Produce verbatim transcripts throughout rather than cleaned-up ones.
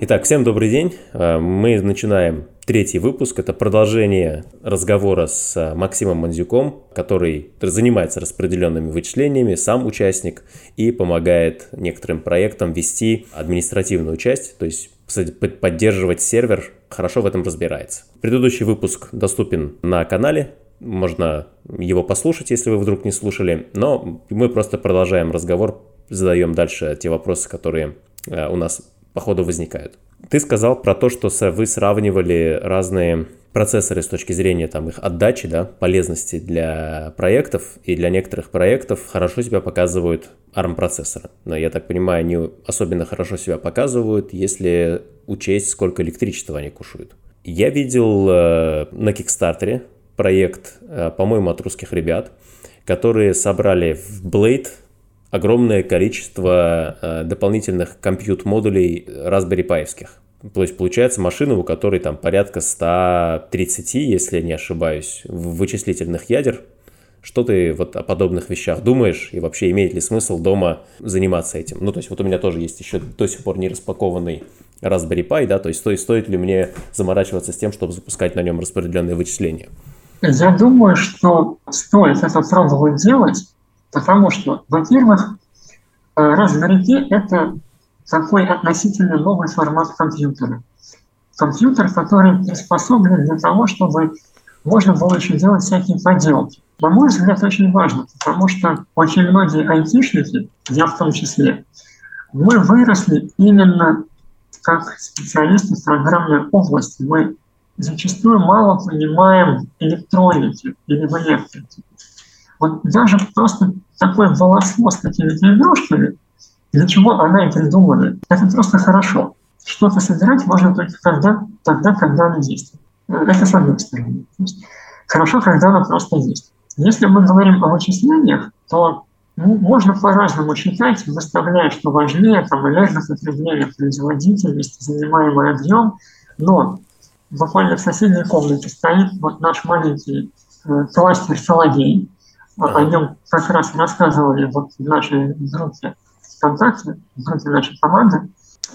Итак, всем добрый день. Мы начинаем третий выпуск. Это продолжение разговора с Максимом Мандзюком, который занимается распределенными вычислениями, сам участник, и помогает некоторым проектам вести административную часть, то есть поддерживать сервер, хорошо в этом разбирается. Предыдущий выпуск доступен на канале, можно его послушать, если вы вдруг не слушали, но мы просто продолжаем разговор, задаем дальше те вопросы, которые у нас по ходу возникают. Ты сказал про то, что вы сравнивали разные процессоры с точки зрения там, их отдачи, да, полезности для проектов, и для некоторых проектов хорошо себя показывают арм-процессоры. Но я так понимаю, они особенно хорошо себя показывают, если учесть, сколько электричества они кушают. Я видел э, на Kickstarter проект, э, по-моему, от русских ребят, которые собрали в Blade огромное количество э, дополнительных компьют-модулей Raspberry Pi-евских. То есть получается машина, у которой там порядка сто тридцать, если я не ошибаюсь, вычислительных ядер. Что ты вот о подобных вещах думаешь и вообще имеет ли смысл дома заниматься этим? Ну, то есть вот у меня тоже есть еще до сих пор не распакованный Raspberry Pi, да, то есть стоит, стоит ли мне заморачиваться с тем, чтобы запускать на нем распределенные вычисления? Я думаю, что стоит это пробовать делать, потому что, во-первых, Raspberry Pi – это такой относительно новый формат компьютера. Компьютер, который приспособлен для того, чтобы можно было еще делать всякие поделки. На мой взгляд, очень важно, потому что очень многие айтишники, я в том числе, мы выросли именно как специалисты в программной области. Мы зачастую мало понимаем электроники или в электрике. Вот даже просто такой волосмо с какими-то игрушками, для чего она и придумана, это просто хорошо. Что-то собирать можно только тогда, тогда, когда оно есть. Это с одной стороны. То есть хорошо, когда оно просто есть. Если мы говорим о вычислениях, то ну, можно по-разному считать, выставляя, что важнее, там, энергопотребление, производительность, занимаемый объем, но буквально в соседней комнате стоит вот наш маленький э, кластер «Соловей». О нем как раз рассказывали вот в нашей группе ВКонтакте, в группе нашей команды.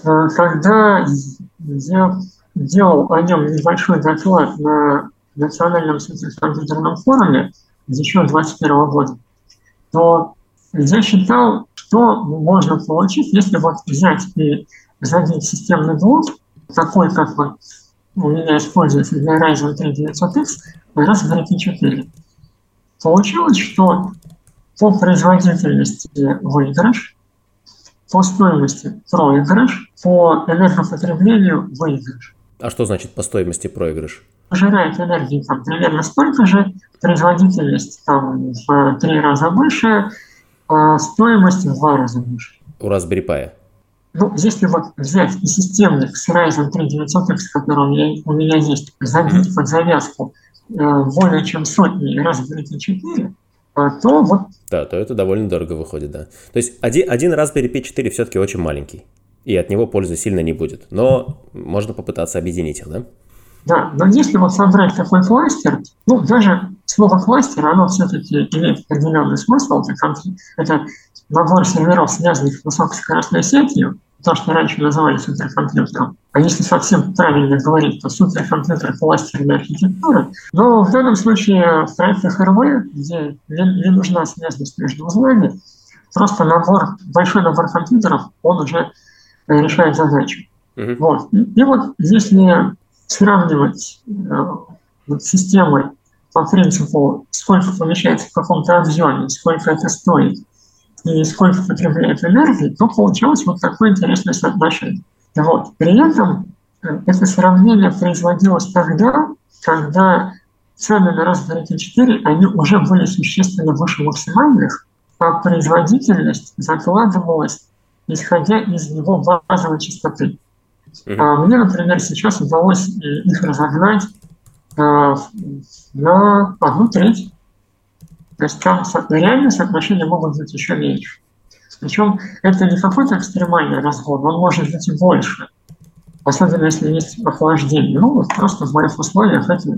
Когда я делал о нем небольшой доклад на Национальном суперкомпьютерном форуме еще двадцать первого года, то я считал, что можно получить, если вот взять и забить системный блок, такой, как вот у меня используется для Ryzen три девятьсот икс, Raspberry Pi четыре. Получилось, что по производительности выигрыш, по стоимости проигрыш, по энергопотреблению выигрыш. А что значит по стоимости проигрыш? Пожирает энергии там примерно столько же, производительность там в три раза выше, а стоимость в два раза выше. У Raspberry Pi? Ну, если вот взять и системник с Ryzen три девятьсот икс, который у меня, у меня есть, забить под завязку э, более чем сотни Raspberry Pi четыре, то вот... Да, то это довольно дорого выходит, да. То есть один, один Raspberry Pi четыре все-таки очень маленький, и от него пользы сильно не будет. Но можно попытаться объединить их, да? Да, но если вот собрать такой кластер, ну, даже слово кластер, оно все-таки имеет определенный смысл. Это, это набор серверов, связанных с высокоскоростной сетью, то, что раньше называли суперкомпьютером. А если совсем правильно говорить, то суперкомпьютер кластерной архитектуры. Но в данном случае в проектах эр ви, где не, не нужна связность между узлами, просто набор, большой набор компьютеров, он уже решает задачу. Mm-hmm. Вот. И, и вот если сравнивать э, вот, системы по принципу, сколько помещается в каком-то объеме, сколько это стоит, и сколько потребляет энергии, то получилось вот такое интересное соотношение. Вот. При этом это сравнение производилось тогда, когда цены на Raspberry Pi четыре, они уже были существенно выше максимальных, а производительность закладывалась, исходя из его базовой частоты. Mm-hmm. А мне, например, сейчас удалось их разогнать а, на одну треть. То есть там реальные соотношения могут быть еще меньше. Причем это не какой-то экстремальный разгон, он может быть и больше. Особенно если есть охлаждение. Ну, вот просто в моих условиях это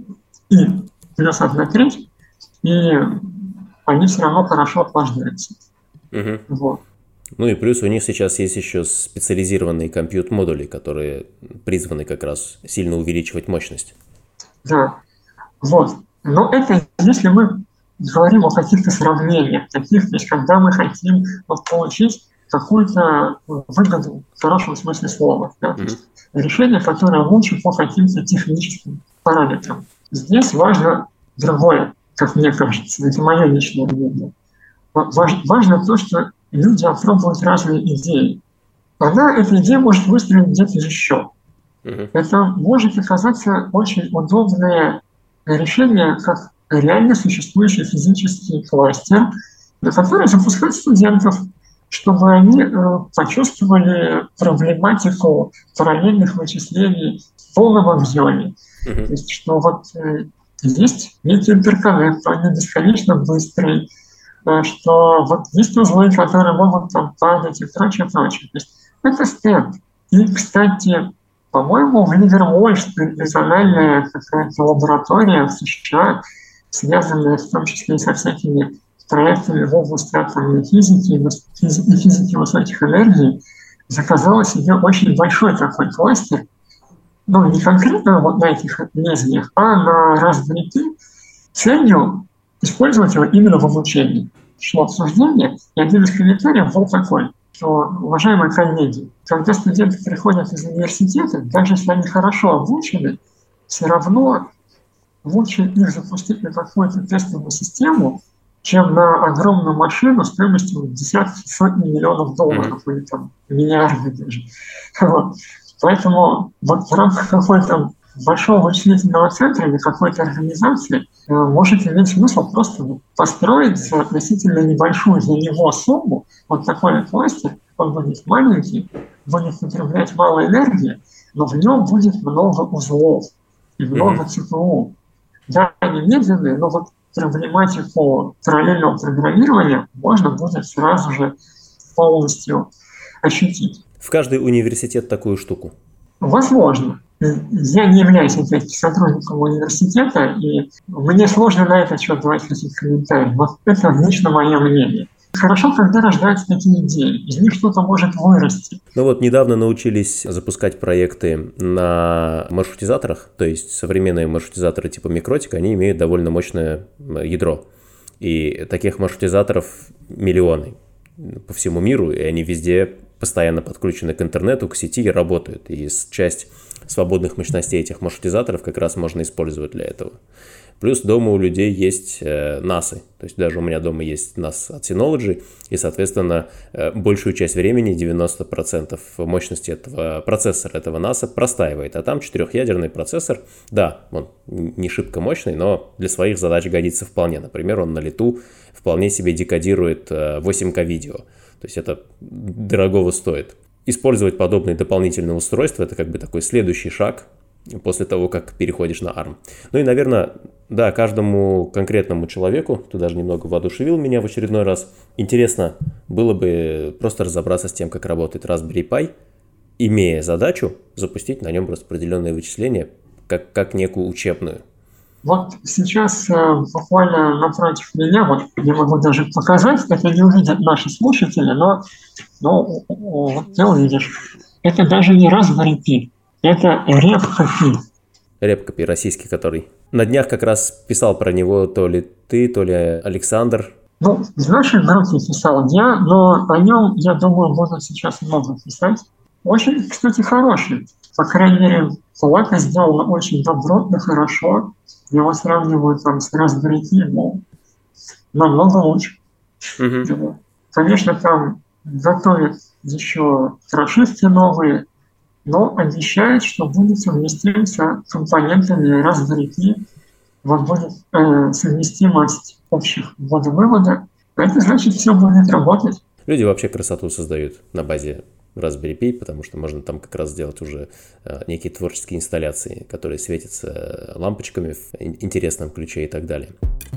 и плюс одна треть, и они все равно хорошо охлаждаются. Mm-hmm. Вот. Ну и плюс у них сейчас есть еще специализированные компьют-модули, которые призваны как раз сильно увеличивать мощность. Да, вот. Но это если мы говорим о каких-то сравнениях, таких, то есть когда мы хотим вот, получить какую-то выгоду в хорошем смысле слова. Да? Mm-hmm. То есть решение, которое лучше по каким-то техническим параметрам. Здесь важно другое, как мне кажется, это мое личное мнение. Важно то, что люди опробуют разные идеи. Она, эта идея может выстрелить где-то еще. Mm-hmm. Это может оказаться очень удобное решение, как реально существующий физический кластер, который запускает студентов, чтобы они э, почувствовали проблематику параллельных вычислений в полном объеме. Mm-hmm. То есть, что вот э, есть некий интерконнект, они бесконечно быстрый, э, что вот есть узлы, которые могут там падать и прочее, прочее. То есть это стенд. И, кстати, по-моему, в Ливермолье национальная какая-то лаборатория в США, связанная в том числе и со всякими проектами в области атомной физики и физики высоких энергий, заказала себе очень большой такой кластер, ну, не конкретно вот на этих лезвиях, а на Raspberry Pi, целью использовать его именно в обучении. Шло обсуждение, и один из комментариев был такой, что, уважаемые коллеги, когда студенты приходят из университета, даже если они хорошо обучены, все равно лучше их запустить на какую-то тестовую систему, чем на огромную машину стоимостью десятки, сотни миллионов долларов, или там миллиарды даже. Вот. Поэтому вот в рамках какой-то большого вычислительного центра или какой-то организации э, может иметь смысл просто построить относительно небольшую для него сумму, вот такой кластер, он будет маленький, будет потреблять мало энергии, но в нем будет много узлов и много mm-hmm. ЦПУ. Да, они медленные, но вот проблематику параллельного программирования можно будет сразу же полностью ощутить. В каждый университет такую штуку? Возможно. Я не являюсь опять сотрудником университета, и мне сложно на этот счет давать какие-то комментарии. Вот это лично мое мнение. Хорошо, когда рождаются такие идеи, из них что-то может вырасти. Ну вот недавно научились запускать проекты на маршрутизаторах, то есть современные маршрутизаторы типа Микротик, они имеют довольно мощное ядро. И таких маршрутизаторов миллионы по всему миру, и они везде постоянно подключены к интернету, к сети и работают. И часть свободных мощностей этих маршрутизаторов как раз можно использовать для этого. Плюс дома у людей есть э, насы, то есть даже у меня дома есть нас от Synology, и, соответственно, э, большую часть времени, девяносто процентов мощности этого процессора, этого наса простаивает, а там четырехъядерный процессор, да, он не шибко мощный, но для своих задач годится вполне. Например, он на лету вполне себе декодирует э, восемь ка видео, то есть это дорогого стоит. Использовать подобные дополнительные устройства – это как бы такой следующий шаг после того, как переходишь на арм. Ну и, наверное, да, каждому конкретному человеку, ты даже немного воодушевил меня в очередной раз, интересно было бы просто разобраться с тем, как работает Raspberry Pi, имея задачу запустить на нем распределенные вычисления как, как некую учебную. Вот сейчас э, буквально напротив меня, вот я могу даже показать, это не увидят наши слушатели, но, но вот ты увидишь. Это даже не Raspberry Pi. Это RepCopy. RepCopy, российский который. На днях как раз писал про него то ли ты, то ли Александр. Ну, в нашей группе писал я, но о нем, я думаю, буду сейчас много писать. Очень, кстати, хороший. По крайней мере, Флака сделана очень добротно, хорошо. Его сравнивают там с Raspberry Pi, но намного лучше. Mm-hmm. Конечно, там готовят еще прошивки новые, но обещают, что будет совместим с компонентами Raspberry Pi, вот будет э, совместимость общих ввода-вывода. Это значит, все будет работать. Люди вообще красоту создают на базе Raspberry Pi, потому что можно там как раз сделать уже э, некие творческие инсталляции, которые светятся лампочками в интересном ключе и так далее.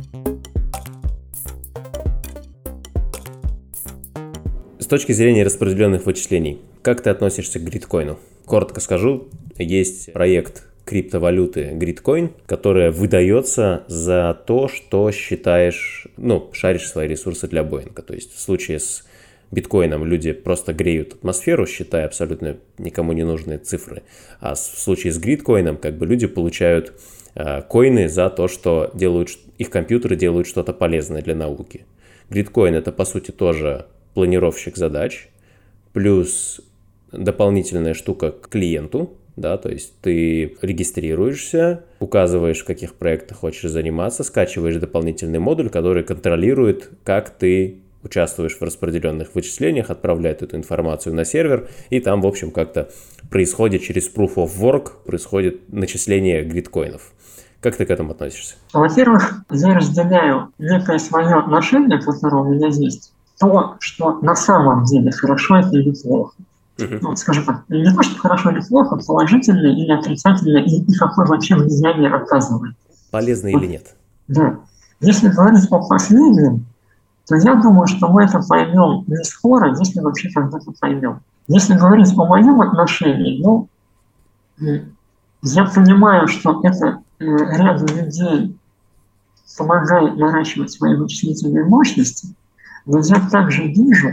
С точки зрения распределенных вычислений, как ты относишься к гриткоину? Коротко скажу, есть проект криптовалюты Gridcoin, которая выдается за то, что считаешь, ну, шаришь свои ресурсы для Боинга. То есть в случае с биткоином люди просто греют атмосферу, считая абсолютно никому не нужные цифры. А в случае с гриткоином как бы люди получают э, коины за то, что делают, их компьютеры делают что-то полезное для науки. Гриткоин — это, по сути, тоже планировщик задач, плюс дополнительная штука к клиенту, да, то есть ты регистрируешься, указываешь, в каких проектах хочешь заниматься, скачиваешь дополнительный модуль, который контролирует, как ты участвуешь в распределенных вычислениях, отправляет эту информацию на сервер, и там, в общем, как-то происходит через Proof of Work, происходит начисление гриткоинов. Как ты к этому относишься? Во-первых, я разделяю некое свое отношение, которое у меня есть, то, что на самом деле хорошо это или плохо. Uh-huh. Ну, скажем так, не то, что хорошо или плохо, положительное или отрицательное, и, и какое вообще влияние оказывает. Полезно вот, или нет? Да. Если говорить о последнем, то я думаю, что мы это поймем не скоро, если вообще когда-то поймем. Если говорить о моем отношении, ну, я понимаю, что это э, ряду людей помогает наращивать свои вычислительные мощности, но я также вижу,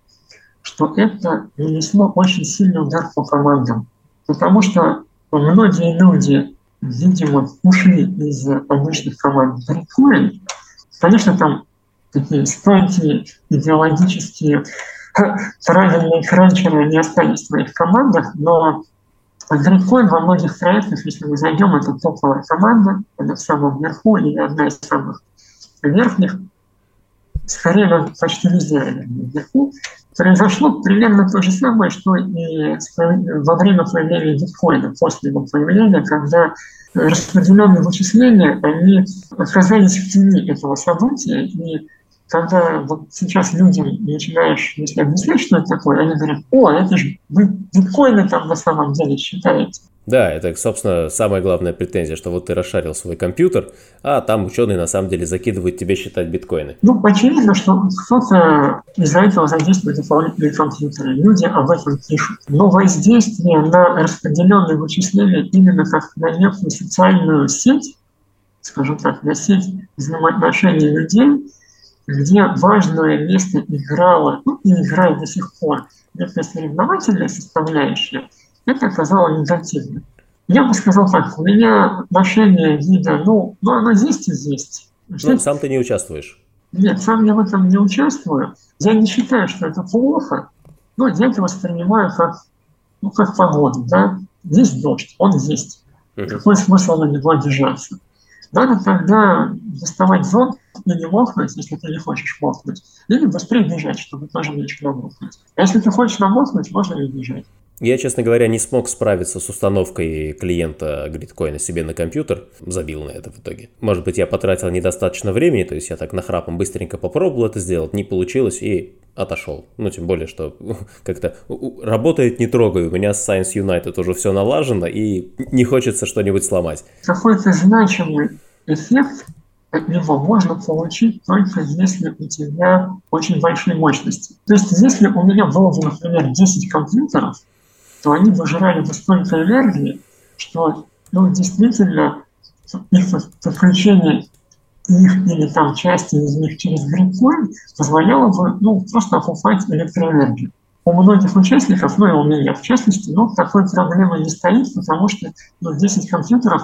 что это нанесло очень сильный удар по командам. Потому что многие люди, видимо, ушли из обычных команд в биткоин. Конечно, там такие стойкие, идеологические, правильные кранчеры не остались в своих командах, но биткоин во многих проектах, если мы зайдем, это топовая команда, она в самом верху или одна из самых верхних, скорее почти везде вверху. Произошло примерно то же самое, что и во время появления биткоина, после его появления, когда распределенные вычисления, они оказались в тени этого события, и когда вот сейчас людям начинаешь, если объяснять, что это такое, они говорят: о, это же вы биткоины там на самом деле считаете. Да, это, собственно, самая главная претензия, что вот ты расшарил свой компьютер, а там ученые на самом деле закидывают тебе считать биткоины. Ну, очевидно, что кто-то из-за этого задействует дополнительные компьютеры. Люди об этом пишут. Но воздействие на распределенные вычисления именно как на некую социальную сеть, скажем так, на сеть взаимоотношений людей, где важное место играло, ну и играет до сих пор, некая соревновательная составляющая, это оказалось негативно. Я бы сказал так, у меня отношение вида, ну, ну оно есть и есть. Ну, сам ты не участвуешь. Нет, сам я в этом не участвую. Я не считаю, что это плохо, но я это воспринимаю как, ну, как погоду, да. Есть дождь, он есть. Uh-huh. Какой смысл на него обижаться? Надо тогда доставать зонт и не мокнуть, если ты не хочешь мокнуть, или быстрее бежать, чтобы тоже меньше намокнуть. А если ты хочешь намокнуть, можно и бежать. Я, честно говоря, не смог справиться с установкой клиента гриткоина себе на компьютер, забил на это в итоге. Может быть, я потратил недостаточно времени, то есть я так нахрапом быстренько попробовал это сделать, не получилось и отошел. Ну, тем более, что как-то работает, не трогаю, у меня с Science United уже все налажено и не хочется что-нибудь сломать. Какой-то значимый эффект от него можно получить только если у тебя очень большие мощности. То есть, если у меня было бы, например, десять компьютеров, то они выжирали бы столько энергии, что, ну, действительно, их подключение их или там части из них через гриткоин позволяло бы, ну, просто окупать электроэнергию. У многих участников, ну и у меня в частности, ну, такой проблемы не стоит, потому что, ну, десять компьютеров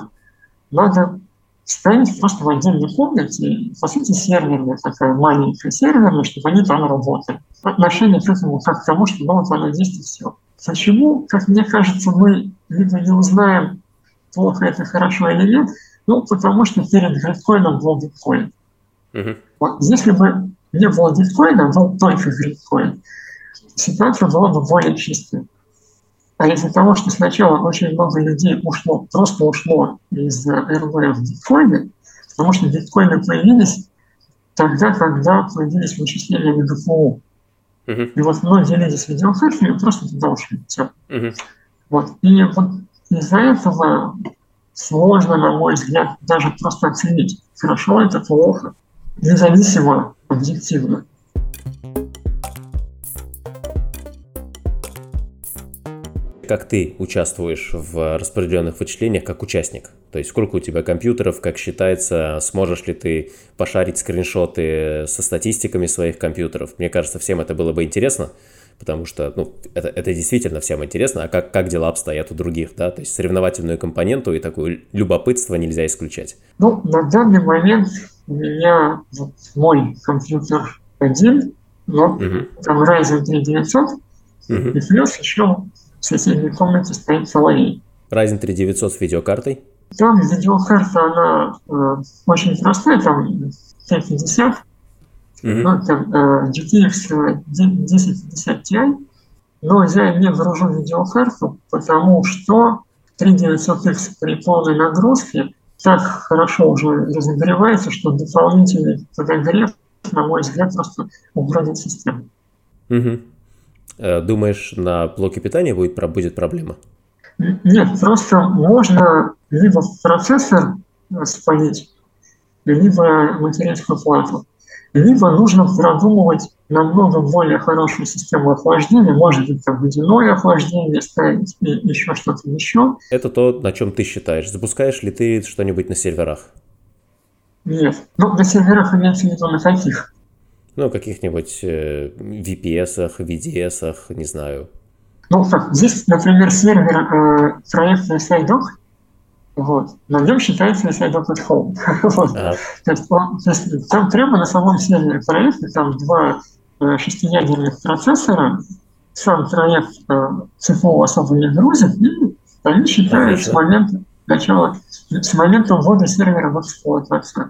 надо ставить просто в отдельной комнате, по сути, серверная, такая маленькая серверная, чтобы они там работали. Отношение к этому как к тому, что, ну, вот оно есть и все. Почему, как мне кажется, мы либо не узнаем, плохо это, хорошо или нет, ну, потому что перед гриткоином был биткоин. Uh-huh. Вот, если бы не было биткоина, был только гриткоин, ситуация была бы более чистая. А из-за того, что сначала очень много людей ушло, просто ушло из эр вэ в биткоины, потому что биткоины появились тогда, когда появились вычисления на гэ пэ у. Uh-huh. И вот многие люди с видеокартами просто туда ушли. Все. Uh-huh. Вот. И вот из-за этого сложно, на мой взгляд, даже просто оценить, хорошо это, плохо, независимо, объективно. Как ты участвуешь в распределенных вычислениях как участник? То есть сколько у тебя компьютеров, как считается, сможешь ли ты пошарить скриншоты со статистиками своих компьютеров. Мне кажется, всем это было бы интересно, потому что ну, это, это действительно всем интересно, а как, как дела обстоят у других, да? То есть соревновательную компоненту и такое любопытство нельзя исключать. Ну, на данный момент у меня вот, мой компьютер один, но uh-huh. там Ryzen три девятьсот, uh-huh. и плюс еще в соседней комнате стоит Huawei. Ryzen три девятьсот с видеокартой? Там видеокарта, она э, очень простая, там пять пятьдесят, mm-hmm. ну, там э, джи ти экс десять пятьдесят Ti, но я не гружу видеокарту, потому что три девятьсот икс при полной нагрузке так хорошо уже разогревается, что дополнительный подогрев, на мой взгляд, просто убрать систему. Mm-hmm. Думаешь, на блоке питания будет, будет проблема? Нет, просто можно либо процессор спалить, либо материнскую плату. Либо нужно продумывать намного более хорошую систему охлаждения, может быть, там водяное охлаждение ставить и еще что-то еще. Это то, на чем ты считаешь. Запускаешь ли ты что-нибудь на серверах? Нет. Ну, на серверах имеется в виду на каких? Ну, каких-нибудь э, ви пи эсах, ви ди эсах, не знаю. Ну, как, здесь, например, сервер э, проекта SideDock, вот, на нем считается SideDock at Home. вот. а. то, есть, он, то есть там прямо на самом сервере проекта там два э, шестиядерных процессора, сам проект э, цифрово особо не грузит, и они считают с момента начала, с момента ввода сервера в эксплуатацию.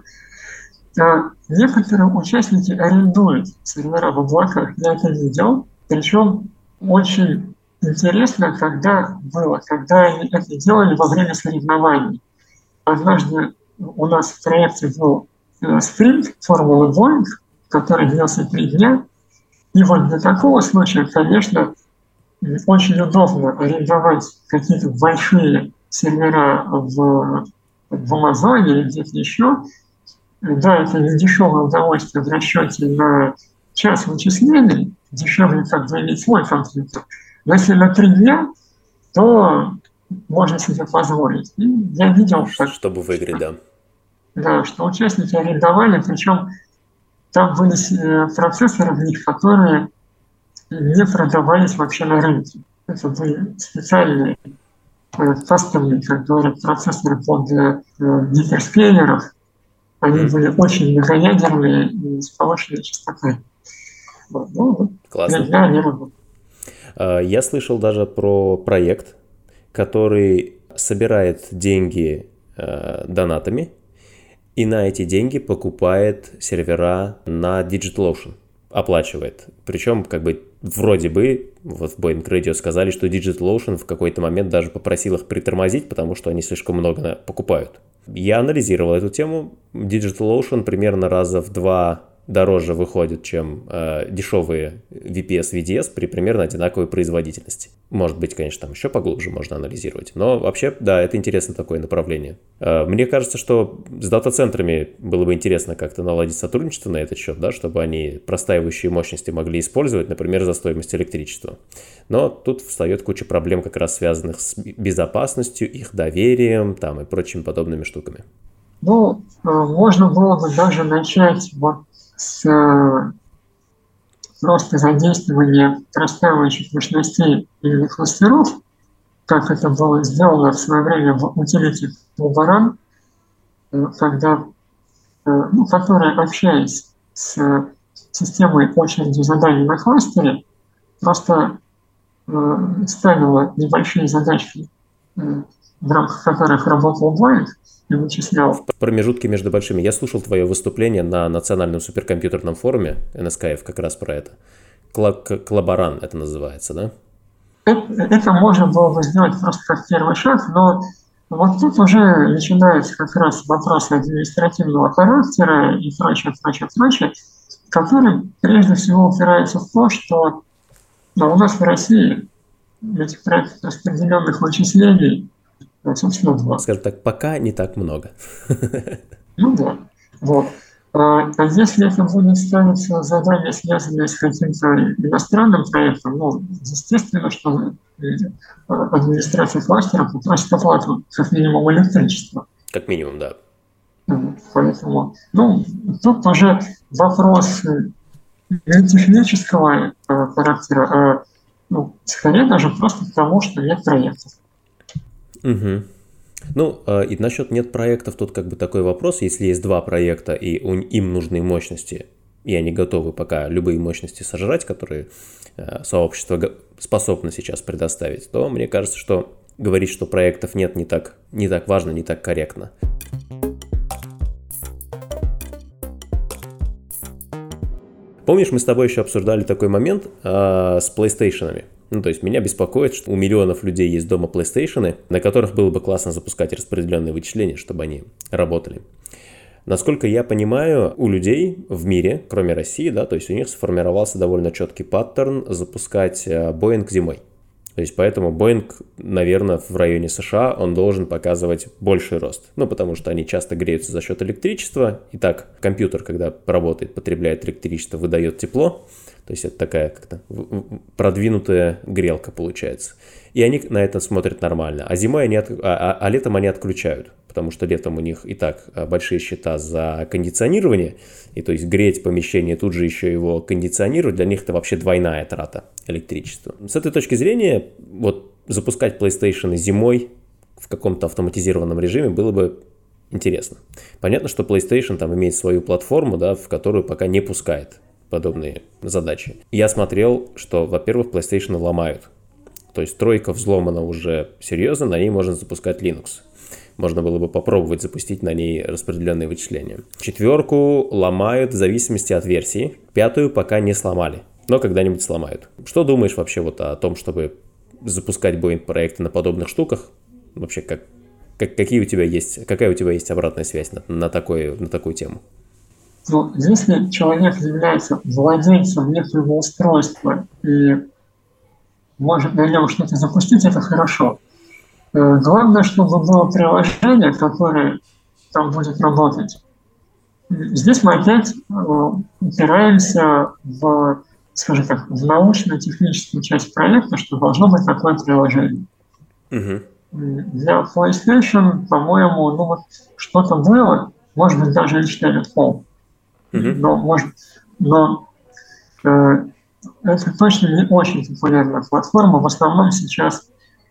А некоторые участники арендуют сервера в облаках, я это видел, причем очень интересно, когда было, когда они это делали во время соревнований. Однажды у нас в проекте был э, спринт Формулы Boeing, который длился три дня. И вот для такого случая, конечно, очень удобно арендовать какие-то большие сервера в, в Амазоне или где-то еще. Да, это не дешевое удовольствие в расчете на час вычислений, дешевле как бы иметь свой компьютер. Но если на три дня, то можно себе позволить. И я видел, что... Чтобы выиграть, да. Да, что участники арендовали, причем там были процессоры в них, которые не продавались вообще на рынке. Это были специальные кастомные, как говорят, процессоры под гиперскейлеров. Они были очень многоядерные и с повышенной частотой. Вот. Ну, классно. Три дня они работали. Я слышал даже про проект, который собирает деньги э, донатами и на эти деньги покупает сервера на DigitalOcean, оплачивает. Причем, как бы, вроде бы, вот в Boeing Radio сказали, что DigitalOcean в какой-то момент даже попросил их притормозить, потому что они слишком много покупают. Я анализировал эту тему. DigitalOcean примерно раза в два дороже выходит, чем э, дешевые ви пи эс, ви ди эс при примерно одинаковой производительности. Может быть, конечно, там еще поглубже можно анализировать. Но вообще, да, это интересное такое направление. Э, мне кажется, что с дата-центрами было бы интересно как-то наладить сотрудничество на этот счет, да, чтобы они простаивающие мощности могли использовать, например, за стоимость электричества. Но тут встает куча проблем, как раз связанных с безопасностью, их доверием там, и прочими подобными штуками. Ну, можно было бы даже начать вот с просто задействования простаивающих мощностей или кластеров, как это было сделано в свое время в утилите Клабаран, когда, ну, которая, общаясь с системой очереди заданий на кластере, просто э, ставила небольшие задачки, э, в рамках которых работал Boeing, и вычислял. В промежутке между большими. Я слушал твое выступление на национальном суперкомпьютерном форуме эн эс ка эф как раз про это. Клабаран это называется, да? Это, это можно было бы сделать просто как первый шаг, но вот тут уже начинаются как раз вопросы административного характера и прочее, прочее, прочее, которые прежде всего упираются в то, что ну, у нас в России этих проектов распределенных вычислений, собственно, два. Скажем так, пока не так много. Ну да. Вот. А если это будет ставиться задание, связанное с каким-то иностранным проектом, ну, естественно, что администрация кластера попросит оплату как минимум электричества. Как минимум, да. Поэтому, ну, тут уже вопрос не технического э, характера, а ну, скорее даже просто потому, что нет проектов. Угу. Ну, э, и насчет нет проектов, тут как бы такой вопрос. Если есть два проекта, и у, им нужны мощности, и они готовы пока любые мощности сожрать, которые э, сообщество способно сейчас предоставить, то мне кажется, что говорить, что проектов нет, не так, не так важно, не так корректно. Помнишь, мы с тобой еще обсуждали такой момент э, с PlayStation'ами? Ну, то есть меня беспокоит, что у миллионов людей есть дома PlayStation'ы, на которых было бы классно запускать распределенные вычисления, чтобы они работали. Насколько я понимаю, у людей в мире, кроме России, да, то есть у них сформировался довольно четкий паттерн запускать Boeing зимой. То есть поэтому Boeing, наверное, в районе США он должен показывать больший рост. Ну, потому что они часто греются за счет электричества. И так, компьютер, когда работает, потребляет электричество, выдает тепло. То есть это такая как-то продвинутая грелка получается. И они на это смотрят нормально. А зимой они от... а, а, а летом они отключают. Потому что летом у них и так большие счета за кондиционирование. И то есть греть помещение, тут же еще его кондиционировать, для них это вообще двойная трата электричества. С этой точки зрения, вот запускать PlayStation зимой в каком-то автоматизированном режиме было бы интересно. Понятно, что PlayStation там имеет свою платформу, да, в которую пока не пускает подобные задачи. Я смотрел, что, во-первых, PlayStation ломают. То есть тройка взломана уже серьезно, на ней можно запускать Linux. Можно было бы попробовать запустить на ней распределенные вычисления. Четверку ломают в зависимости от версии. Пятую пока не сломали, но когда-нибудь сломают. Что думаешь вообще вот о том, чтобы запускать Boeing проекты на подобных штуках? Вообще, как, как, какие у тебя есть, какая у тебя есть обратная связь на, на, такой, на такую тему? Ну, если человек является владельцем некоего устройства и может на нем что-то запустить, это хорошо. Главное, чтобы было приложение, которое там будет работать. Здесь мы опять упираемся в, скажем так, в научно-техническую часть проекта, что должно быть такое приложение. Uh-huh. Для PlayStation, по-моему, ну вот что-то было, может быть, даже эйч ти эм эл пять. Uh-huh. Но, может, но э, это точно не очень популярная платформа. В основном сейчас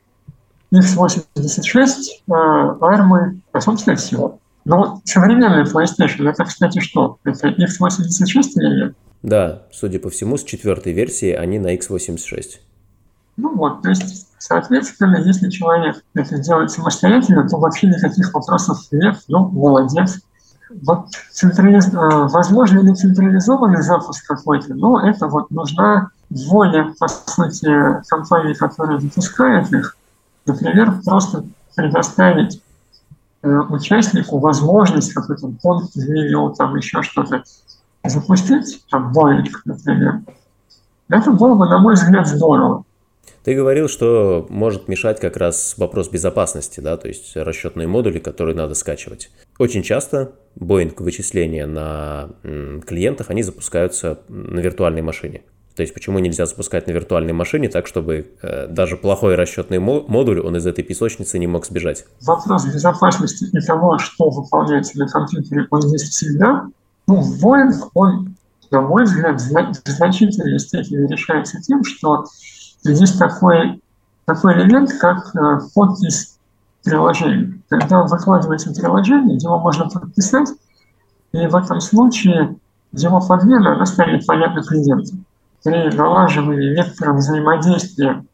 икс восемьдесят шесть, э, армы, а собственно всего. Но современный PlayStation, это, кстати, что? Это икс восемьдесят шесть или нет? Да, судя по всему, с четвертой версии они на икс восемьдесят шесть. Ну вот, то есть, соответственно, если человек это делает самостоятельно, то вообще никаких вопросов нет, ну, молодец. Вот централиз... возможно ли централизованный запуск какой-то, но это вот нужна воля, по сути, компании, которая выпускает их. Например, просто предоставить э, участнику возможность какой-то пункт в меню, там еще что-то запустить, там, Boeing, например. Это было бы, на мой взгляд, здорово. Ты говорил, что может мешать как раз вопрос безопасности, да, то есть расчетные модули, которые надо скачивать. Очень часто Boeing вычисления на м, клиентах, они запускаются на виртуальной машине. То есть почему нельзя запускать на виртуальной машине так, чтобы э, даже плохой расчетный мо- модуль, он из этой песочницы не мог сбежать? Вопрос безопасности и того, что выполняется на компьютере, он есть всегда. Ну, Boeing, он, на мой взгляд, в значительной степени решается тем, что есть такой, такой элемент, как э, подпись приложения. Когда вы выкладываете приложение, его можно подписать, и в этом случае его подмена, она станет понятна клиенту. При налаживании векторов взаимодействия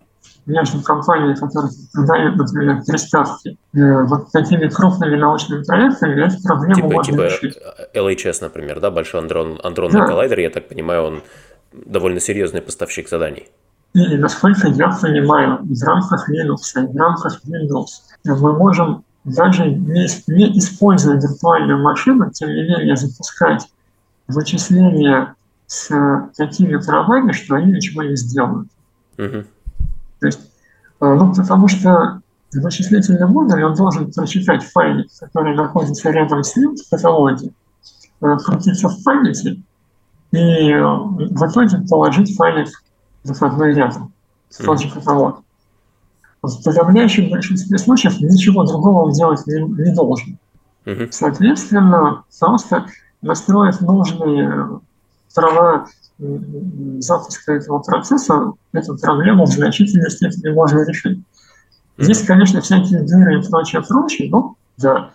между компаниями, которые продают, например, приставки, э, вот такими крупными научными проектами, эту проблему типа, можно типа решить. эл эйч эс, например, да, Большой андрон, андронный да. коллайдер, я так понимаю, он довольно серьезный поставщик заданий. И, насколько я понимаю, в рамках Linux, в рамках Windows мы можем даже не, не используя виртуальную машину, тем не менее запускать вычисления с такими правами, что они ничего не сделают. Uh-huh. То есть, ну, потому что вычислительный модуль, он должен прочитать файлик, который находится рядом с ним в каталоге, крутиться в памяти и в итоге положить файлик в входной ряд, в тот же каталог. в подавляющем большинстве случаев ничего другого он делать не, не должен. Uh-huh. Соответственно, просто настроив нужные права запуска этого процесса, эту проблему в значительной степени можно решить. Есть, конечно, всякие дыры и прочее, прочее, ну, да,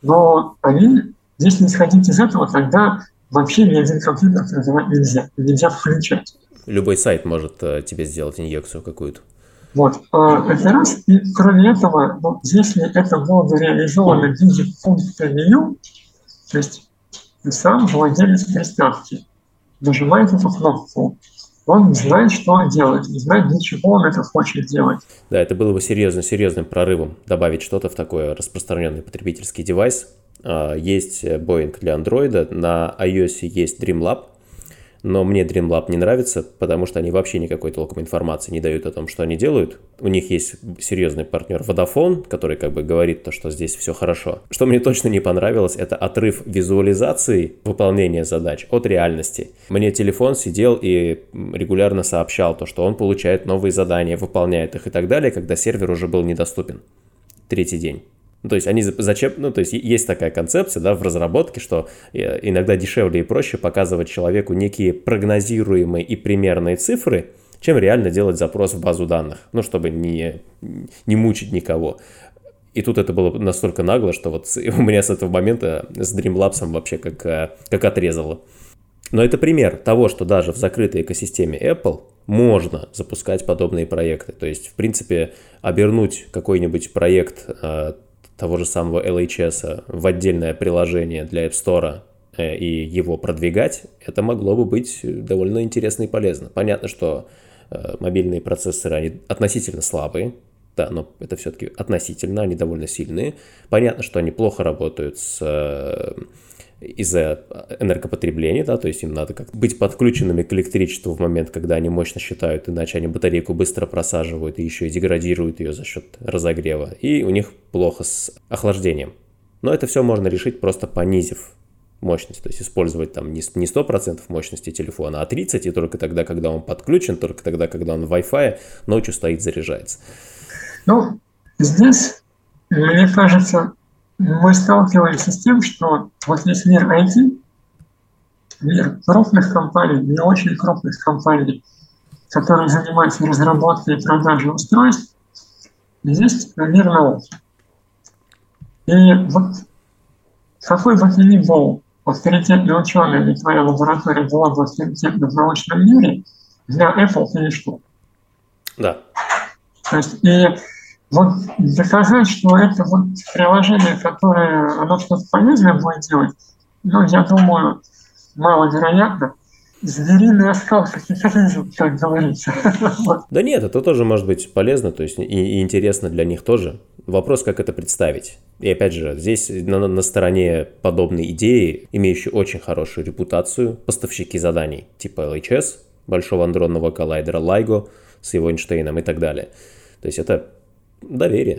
но они, если исходить из этого, тогда вообще ни один компьютер продавать нельзя, нельзя включать. Любой сайт может э, тебе сделать инъекцию какую-то. Вот, э, это раз, и кроме этого, ну, если это было бы реализовано в виде пункта меню, то есть сам владелец приставки нажимает эту кнопку, он знает, что он делает, не знает, для чего он это хочет делать. Да, это было бы серьезным-серьезным прорывом добавить что-то в такой распространенный потребительский девайс. Есть Boeing для Android, на iOS есть Dreamlab, но мне Dreamlab не нравится, потому что они вообще никакой толком информации не дают о том, что они делают. У них есть серьезный партнер Vodafone, который как бы говорит то, что здесь все хорошо. Что мне точно не понравилось, это отрыв визуализации выполнения задач от реальности. Мне телефон сидел и регулярно сообщал то, что он получает новые задания, выполняет их и так далее, когда сервер уже был недоступен. Третий день. Ну, то есть они зачем, ну, то есть есть такая концепция, да, в разработке, что иногда дешевле и проще показывать человеку некие прогнозируемые и примерные цифры, чем реально делать запрос в базу данных, ну, чтобы не, не мучить никого. И тут это было настолько нагло, что вот у меня с этого момента с Dreamlabs вообще как, как отрезало. Но это пример того, что даже в закрытой экосистеме Apple можно запускать подобные проекты. То есть, в принципе, обернуть какой-нибудь проект того же самого эл эйч эс в отдельное приложение для App Store и его продвигать, это могло бы быть довольно интересно и полезно. Понятно, что мобильные процессоры, они относительно слабые, да, но это все-таки относительно, они довольно сильные. Понятно, что они плохо работают с... из-за энергопотребления, да, то есть им надо как быть подключенными к электричеству в момент, когда они мощно считают, иначе они батарейку быстро просаживают и еще и деградируют ее за счет разогрева, и у них плохо с охлаждением. Но это все можно решить, просто понизив мощность, то есть использовать там не сто процентов мощности телефона, а тридцать процентов, и только тогда, когда он подключен, только тогда, когда он в Wi-Fi, ночью стоит, заряжается. Ну, здесь, мне кажется, мы сталкиваемся с тем, что вот есть мир ай ти, мир крупных компаний, не очень крупных компаний, которые занимаются разработкой и продажей устройств, и есть мир науки. И вот какой бы ты ни был авторитетный ученый, или твоя лаборатория была бы авторитетна в научном мире, для Apple ты ничто. Да. То есть, и вот доказать, что это вот приложение, которое оно что-то полезное будет делать, ну, я думаю, маловероятно. Звериный оскал капитализм, как говорится. Да нет, это тоже может быть полезно, то есть и, и интересно для них тоже. Вопрос, как это представить. И опять же, здесь на, на стороне подобной идеи, имеющей очень хорошую репутацию, поставщики заданий типа эл эйч эс, Большого андронного коллайдера LIGO с его Эйнштейном и так далее. То есть это доверие.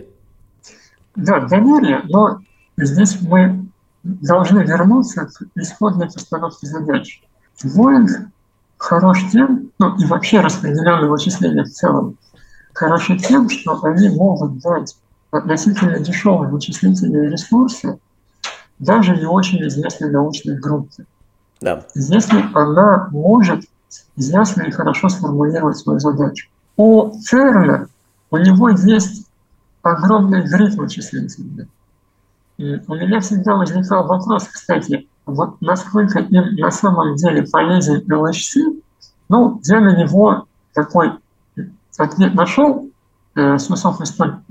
Да, доверие, но здесь мы должны вернуться к исходной постановке задач. Boeing хорош тем, ну и вообще распределенные вычисления в целом, хороши тем, что они могут дать относительно дешевые вычислительные ресурсы даже не очень известной научной группе. Да. Если она может ясно и хорошо сформулировать свою задачу. У Церна у него есть огромный грид вычислительный. И у меня всегда возникал вопрос, кстати, вот насколько им на самом деле полезен эл эйч си, ну, я на него такой ответ нашел э, с высокой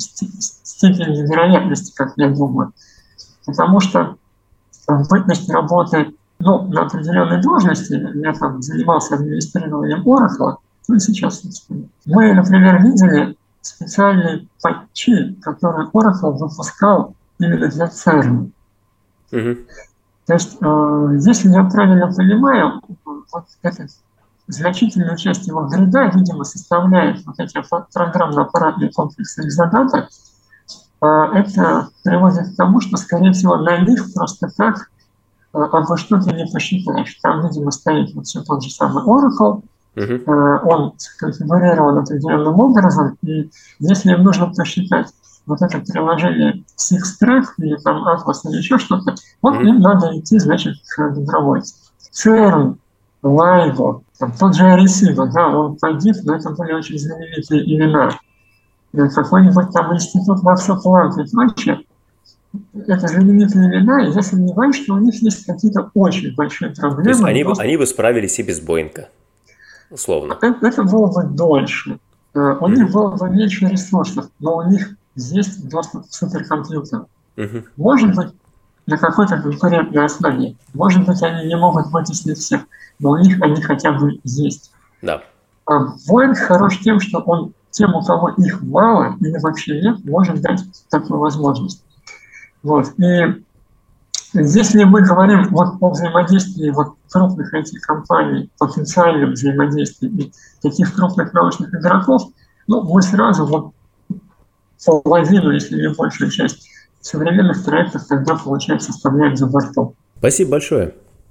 степенью вероятности, как я думаю, потому что в бытности работы, ну, на определенной должности, я там занимался администрированием Oracle, ну и сейчас, собственно. Мы, например, видели специальные патчи, которые Oracle выпускал именно для Церна. Mm-hmm. То есть, э, если я правильно понимаю, вот эта значительная часть его грида, видимо, составляет вот эти программно-аппаратные комплексы экзодата. Э, это приводит к тому, что, скорее всего, на них просто так э, обо что-то не посчитаешь. Там, видимо, стоит вот все тот же самый Oracle, Uh-huh. Он сконфигурирован определенным образом, и если им нужно посчитать вот это приложение Sixtrack или там Atlas или еще что-то, вот mm-hmm. им надо идти, значит, к добровольцам. церн, Лайво, там, тот же Аресиба, да, он погиб, но это были очень знаменитые имена. Какой-нибудь там институт Макса Планка и прочее. Это знаменитые имена, и я сомневаюсь, что у них есть какие-то очень большие проблемы. То есть они, просто... бы, они бы справились и без Боинга, условно. Это, это было бы дольше. У mm-hmm. них было бы меньше ресурсов, но у них есть доступ к суперкомпьютеру. Uh-huh. Может быть, на какой-то конкурентной основе. Может быть, они не могут вытеснить всех, но у них они хотя бы есть. Да. А Боинг хорош тем, что он тем, у кого их мало или вообще нет, может дать такую возможность. Вот. И если мы говорим вот о взаимодействии вот крупных ай ти-компаний, потенциальном взаимодействии и таких крупных научных игроков, ну, мы сразу вот половину, если не большую часть современных проектов тогда, получается, составляют за бортом. Спасибо большое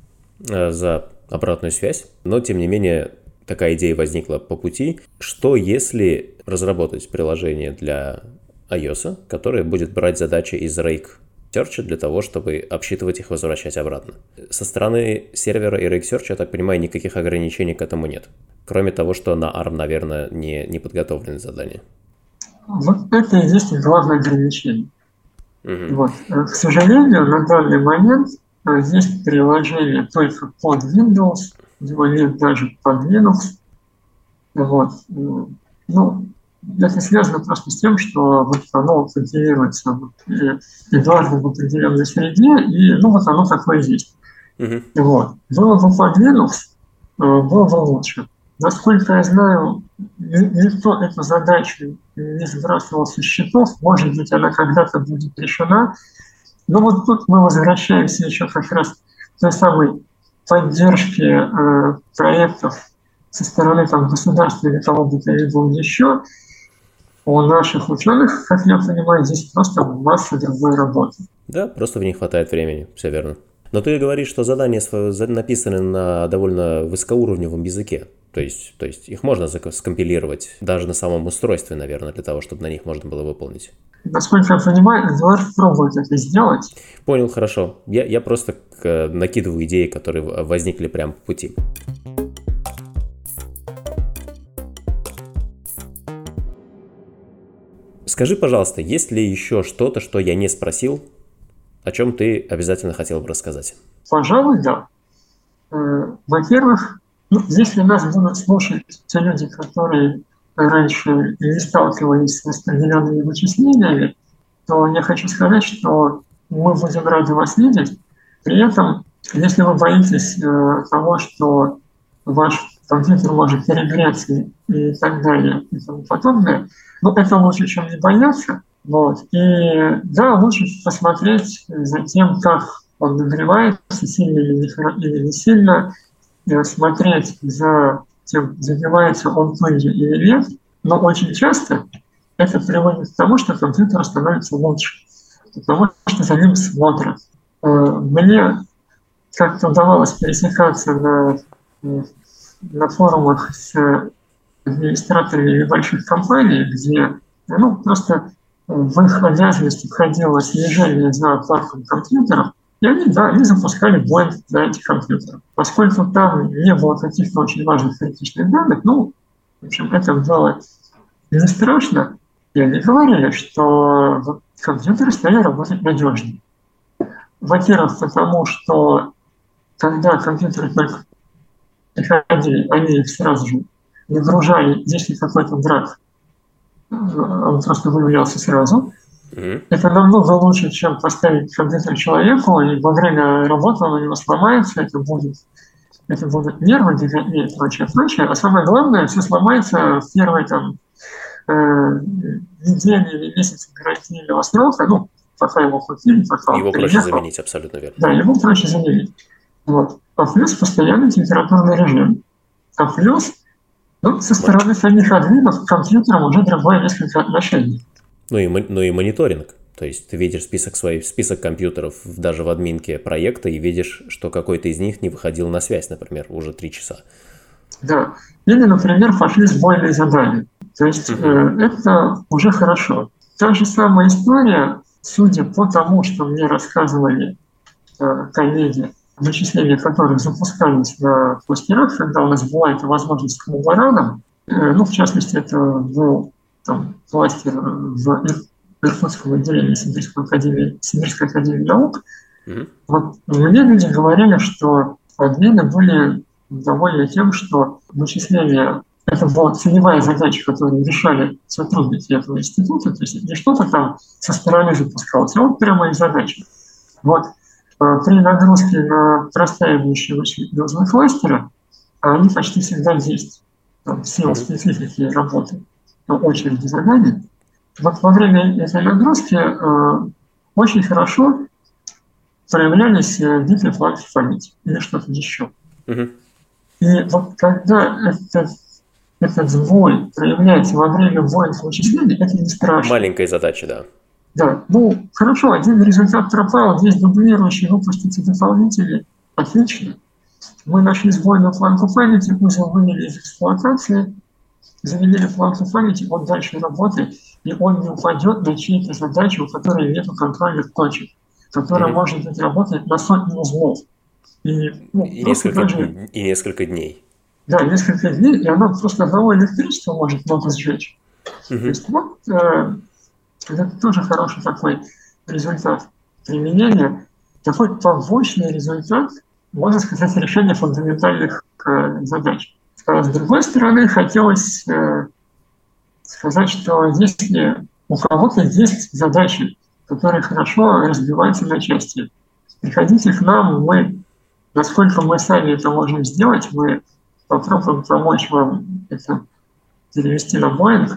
за обратную связь. Но, тем не менее, такая идея возникла по пути. Что если разработать приложение для iOS, которое будет брать задачи из Rake Search для того, чтобы обсчитывать их и возвращать обратно? Со стороны сервера и Rake Search, я так понимаю, никаких ограничений к этому нет. Кроме того, что на арм, наверное, не, не подготовлены задания. Вот это и есть главное ограничение. Uh-huh. Вот. К сожалению, на данный момент есть приложение только под Windows, его нет даже под Linux. Вот. Ну, это связано просто с тем, что вот оно компилируется Эдуардом в определенной среде, и ну вот оно такое есть. Uh-huh. Вот. Было бы под Linux, было бы лучше. Насколько я знаю, никто эту задачу не сбрасывал со счетов. Может быть, она когда-то будет решена. Но вот тут мы возвращаемся еще как раз к той самой поддержке э, проектов со стороны там, государства или кого бы то ни было еще. У наших ученых, как я понимаю, здесь просто масса другой работы. Да, просто в них хватает времени, все верно. Но ты говоришь, что задания написаны на довольно высокоуровневом языке. То есть, то есть их можно скомпилировать даже на самом устройстве, наверное, для того, чтобы на них можно было выполнить. Насколько я понимаю, Эдуард пробует это сделать. Понял, хорошо. Я, я просто накидываю идеи, которые возникли прямо по пути. Скажи, пожалуйста, есть ли еще что-то, что я не спросил, о чем ты обязательно хотел бы рассказать? Пожалуй, да. Во-первых, ну, если нас будут слушать те люди, которые раньше не сталкивались с распределенными вычислениями, то я хочу сказать, что мы будем рады вас видеть. При этом, если вы боитесь э, того, что ваш компьютер может перегреться и так далее и тому подобное, ну, это лучше, чем не бояться. Вот. И да, лучше посмотреть за тем, как он нагревается, сильно или не, или не сильно, смотреть за тем, забивается он пылью или нет, но очень часто это приводит к тому, что компьютер становится лучше, потому что за ним смотрят. Мне как-то удавалось пересекаться на, на форумах с администраторами небольших компаний, где ну, просто в их обязанности входило слежение за парком компьютеров, и они, да, они запускали Боинг на этих компьютерах. Поскольку там не было каких-то очень важных критичных данных, ну, в общем, это было не страшно. И они говорили, что компьютеры стали работать надежнее. Во-первых, потому что когда компьютеры только приходили, они их сразу же нагружали, если какой-то брак, он просто выявлялся сразу. Mm-hmm. Это намного лучше, чем поставить компьютер человеку, и во время работы он у него сломается, это будет, это будут нервы, движения и прочее, прочее. А самое главное, все сломается в первой там, э, неделе или месяце гарантийного срока, ну, пока его купили, пока его он проще приехал. заменить, абсолютно верно. Да, его проще заменить. Вот. А плюс постоянный температурный режим. А плюс, ну, со стороны самих админов к компьютерам уже другое несколько отношений. Ну и, ну и мониторинг. То есть ты видишь список своих, список компьютеров даже в админке проекта и видишь, что какой-то из них не выходил на связь, например, уже три часа. Да. Или, например, пошли сбойные задания. То есть э, это уже хорошо. Та же самая история, судя по тому, что мне рассказывали э, коллеги, вычисления которых запускались на кластерах, когда у нас была эта возможность к лаборантам, э, ну, в частности, это был там, кластер в Иркутском отделении Сибирской академии, Сибирской академии наук. Mm-hmm. Вот мне люди говорили, что админы были довольны тем, что вычисление — это была целевая задача, которую решали сотрудники этого института, то есть не что-то там со стороны запускалось, а вот прямо их задача. Вот при нагрузке на простаивающие звездные кластеры они почти всегда есть, там, в силу специфики работы по очереди заданий. Вот во время этой нагрузки э, очень хорошо проявлялись битвы флангов памяти или что-то еще. Uh-huh. И вот когда этот, этот сбой проявляется во время воинов вычислений, это не страшно. Маленькая задача, да. Да, ну хорошо, один результат пропал, есть дублирующий, выпустите дополнительный, отлично. Мы нашли сбой на флангу памяти, узел вывели из эксплуатации, заменили флангу памяти, он дальше работает, и он не упадет на чьи-то задачи, у которой нет контрольных точек, которая mm-hmm. может быть работать на сотни узлов. И, ну, и, несколько, даже, и несколько дней. Да, несколько дней, и она просто одного электричества может много сжечь. Mm-hmm. То есть вот э, это тоже хороший такой результат применения, такой побочный результат, можно сказать, решения фундаментальных э, задач. А с другой стороны, хотелось э, сказать, что если у кого-то есть задачи, которые хорошо разбиваются на части, приходите к нам, мы, насколько мы сами это можем сделать, мы попробуем помочь вам это перевести на Боинг.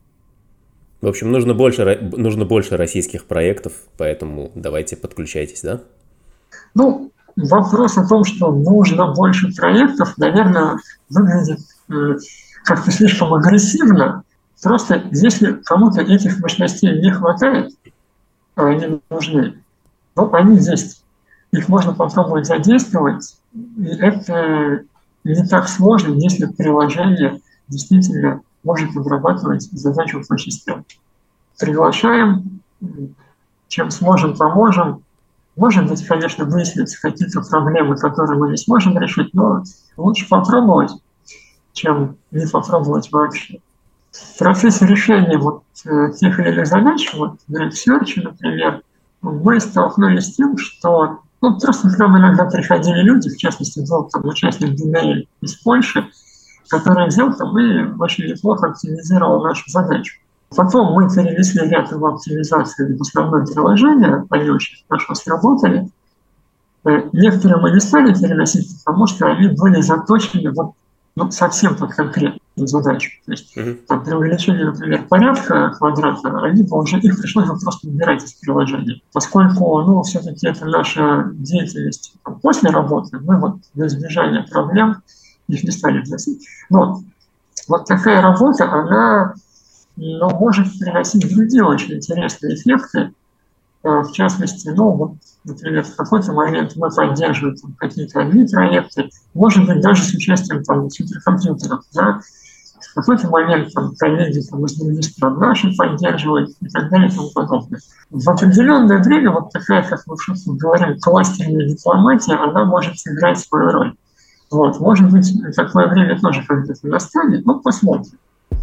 В общем, нужно больше, нужно больше российских проектов, поэтому давайте подключайтесь, да? Ну, вопрос о том, что нужно больше проектов, наверное, выглядит э, как-то слишком агрессивно. Просто если кому-то этих мощностей не хватает, а они нужны, но они есть. Их можно попробовать задействовать, и это не так сложно, если приложение действительно может обрабатывать задачу по частям. Приглашаем, чем сможем, поможем. Может быть, конечно, выяснятся какие-то проблемы, которые мы не сможем решить, но лучше попробовать, чем не попробовать вообще. В процессе решения вот э, тех или иных задач, вот в RefSearch, например, мы столкнулись с тем, что ну, просто к нам иногда приходили люди, в частности, был там участник ди эн эл из Польши, который взял там и очень неплохо оптимизировал нашу задачу. Потом мы перенесли ряд его оптимизации в основное приложение, они очень хорошо сработали. Некоторые мы не стали переносить, потому что они были заточены вот, ну, совсем под конкретную задачу. То есть mm-hmm. там, при увеличении, например, порядка квадрата, они бы уже их пришлось бы просто убирать из приложения. Поскольку ну, все-таки это наша деятельность там, после работы, мы вот для избежания проблем их не стали вносить. Но вот такая работа, она ну, может приносить другие очень интересные эффекты. В частности, ну, вот, например, в какой-то момент мы поддерживаем там, какие-то одни проекты, может быть, даже с участием там, суперкомпьютеров. Да? В какой-то момент там, коллеги там, из министра наши поддерживают и так далее и тому подобное. В определенное время вот такая, как мы в шутке говорим, кластерная дипломатия, она может сыграть свою роль. Вот. Может быть, такое время тоже когда-то настанет, но посмотрим.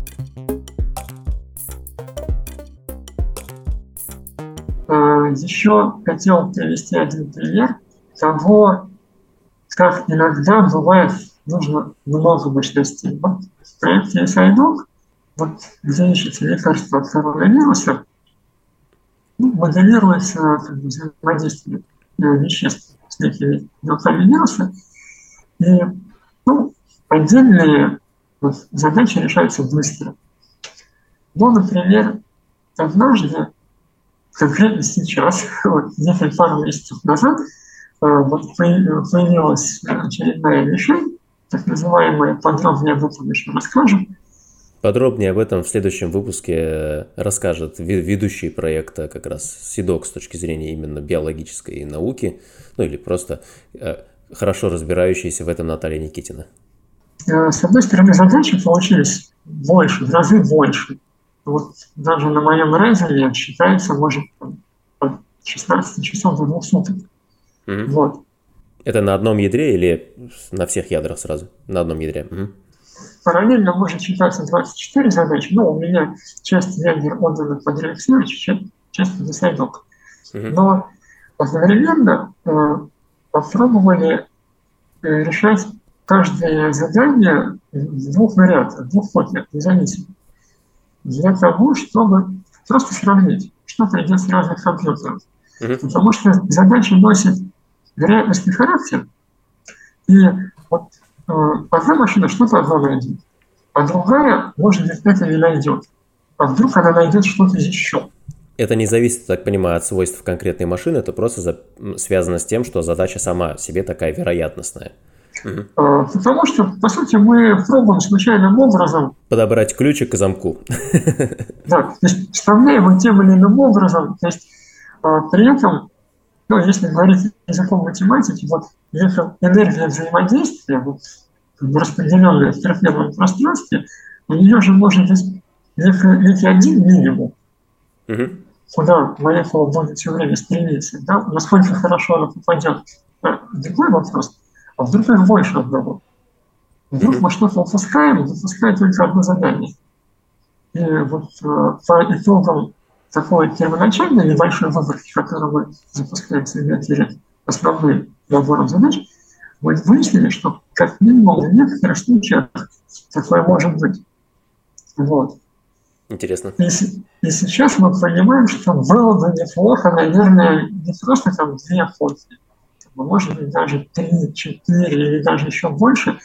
Еще хотел привести один пример того, как иногда бывает нужно много мощностей. Вот в проекте Сайдок, вот, где ищется лекарство от коронавируса, ну, моделируется как бы, взаимодействие веществ с некими белками вируса, и ну, отдельные вот, задачи решаются быстро. Ну, например, однажды, конкретно сейчас, вот, где-то пару месяцев назад, вот, появилась очередная мишень, так называемая, подробнее об этом еще расскажем. Подробнее об этом в следующем выпуске расскажет ведущий проекта как раз Сайдок с точки зрения именно биологической науки, ну или просто хорошо разбирающаяся в этом Наталья Никитина. с одной стороны, задачи получились больше, в разы больше. Вот даже на моем рейзере считается, может, от шестнадцати часов до двух суток. Mm-hmm. Вот. Это на одном ядре или на всех ядрах сразу? На одном ядре. Mm-hmm. Параллельно может считаться двадцать четыре задачи, но у меня часть ядер отдана под React, часть, часть под Сайдок. Mm-hmm. Но одновременно э, попробовали э, решать каждое задание в двух вариантах, в двух копиях, независимо. Для того, чтобы просто сравнить, что придет с разных компьютеров. Mm-hmm. Потому что задача носит вероятностный характер, и вот э, одна машина что-то одно найдет, а другая, может быть, это не найдет. А вдруг она найдет что-то еще. Это не зависит, так понимаю, от свойств конкретной машины, это просто за... связано с тем, что задача сама себе такая вероятностная. Угу. Потому что, по сути, мы пробуем случайным образом подобрать ключик к замку. Да, то есть вставляем его тем или иным образом. То есть при этом, ну, если говорить языком математики, вот эта энергия взаимодействия, вот, распределенная в трехмерном пространстве, у нее же может быть некий один минимум, угу. куда молекула будет все время стремиться, да, насколько хорошо она попадет. А другой вопрос. А вдруг их больше одного? Вдруг мы что-то упускаем, запускаем только одно задание. И вот э, по итогам такой первоначальной небольшой выборки, которую мы запускаем перед основным набором задач, мы выяснили, что как минимум в некоторых случаях такое может быть. Вот. Интересно. И, и сейчас мы понимаем, что было бы неплохо, наверное, не просто там две функции, может быть, даже три, четыре или даже еще больше,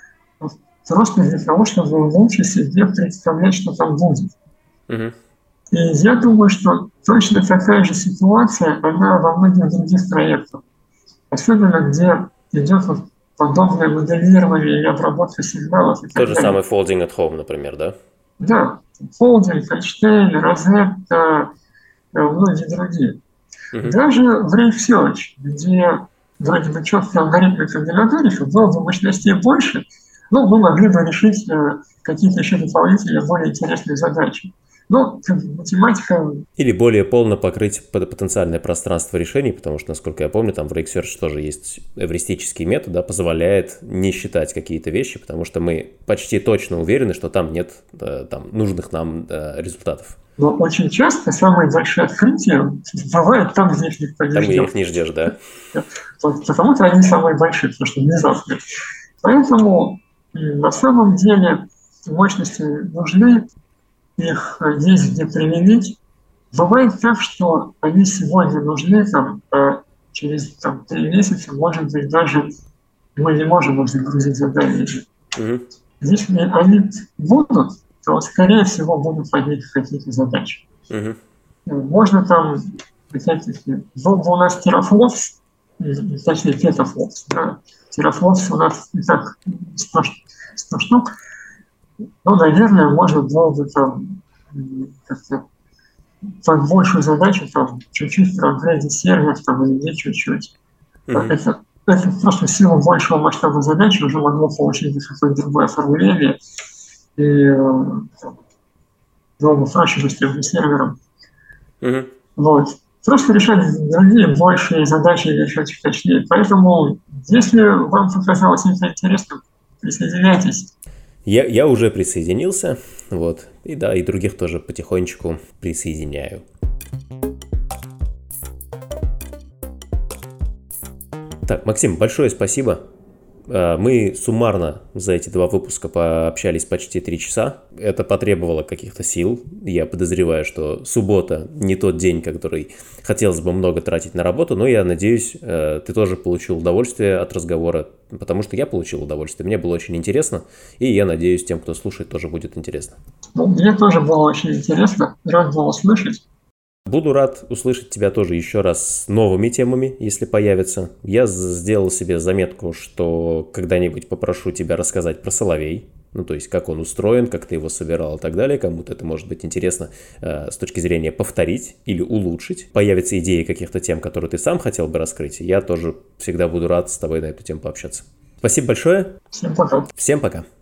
просто для того, чтобы лучше себе представлять, что там будет. Uh-huh. И я думаю, что точно такая же ситуация, она во многих других проектах. Особенно, где идет вот подобное моделирование и обработка сигналов. Тот же самый folding at home, например, да? Да. Folding, Einstein, Rosetta, многие другие. Uh-huh. Даже в Research, где вроде бы четкие алгоритмы комбинаторики, было бы мощностей больше, но мы могли бы решить э, какие-то еще дополнительные, более интересные задачи. Ну, математика... Или более полно покрыть потенциальное пространство решений, потому что, насколько я помню, там в Research тоже есть эвристический метод, да, позволяет не считать какие-то вещи, потому что мы почти точно уверены, что там нет э, там, нужных нам э, результатов. Но очень часто самые большие открытия бывают там, где их никто не ждет. Там, где их не ждешь, да. Вот, потому-то они самые большие, потому что внезапно. Поэтому на самом деле мощности нужны, их есть где применить. Бывает так, что они сегодня нужны, там, а через там, три месяца, может быть, даже мы не можем их загрузить задание. Угу. Если они будут, то, скорее всего, будут под них какие-то задачи. Uh-huh. Можно там, опять-таки, был бы у нас терафлопс, точнее, петафлопс, да, терафлопс у нас и так сто штук, ну, наверное, можно было бы там как-то под большую задачу там чуть-чуть проапгрейдить сервер, там, или не чуть-чуть. Uh-huh. Это, это просто сила большего масштаба задачи уже могло получить какое-то другое оформление. И было бы проще быстрее с сервером. Uh-huh. Вот. Просто решать другие большие задачи, решать их точнее. Поэтому, если вам показалось это интересным, присоединяйтесь. Я, я уже присоединился, вот, и да, и других тоже потихонечку присоединяю. Так, Максим, большое спасибо. Мы суммарно за эти два выпуска пообщались почти три часа. Это потребовало каких-то сил. Я подозреваю, что суббота не тот день, который хотелось бы много тратить на работу, но я надеюсь, ты тоже получил удовольствие от разговора, потому что я получил удовольствие. Мне было очень интересно, и я надеюсь, тем, кто слушает, тоже будет интересно. Ну, мне тоже было очень интересно. Рад был услышать. Буду рад услышать тебя тоже еще раз с новыми темами, если появятся. Я сделал себе заметку, что когда-нибудь попрошу тебя рассказать про Соловей. Ну, то есть, как он устроен, как ты его собирал и так далее. Кому-то это может быть интересно э, с точки зрения повторить или улучшить. Появятся идеи каких-то тем, которые ты сам хотел бы раскрыть. Я тоже всегда буду рад с тобой на эту тему пообщаться. Спасибо большое. Всем пока. Всем пока.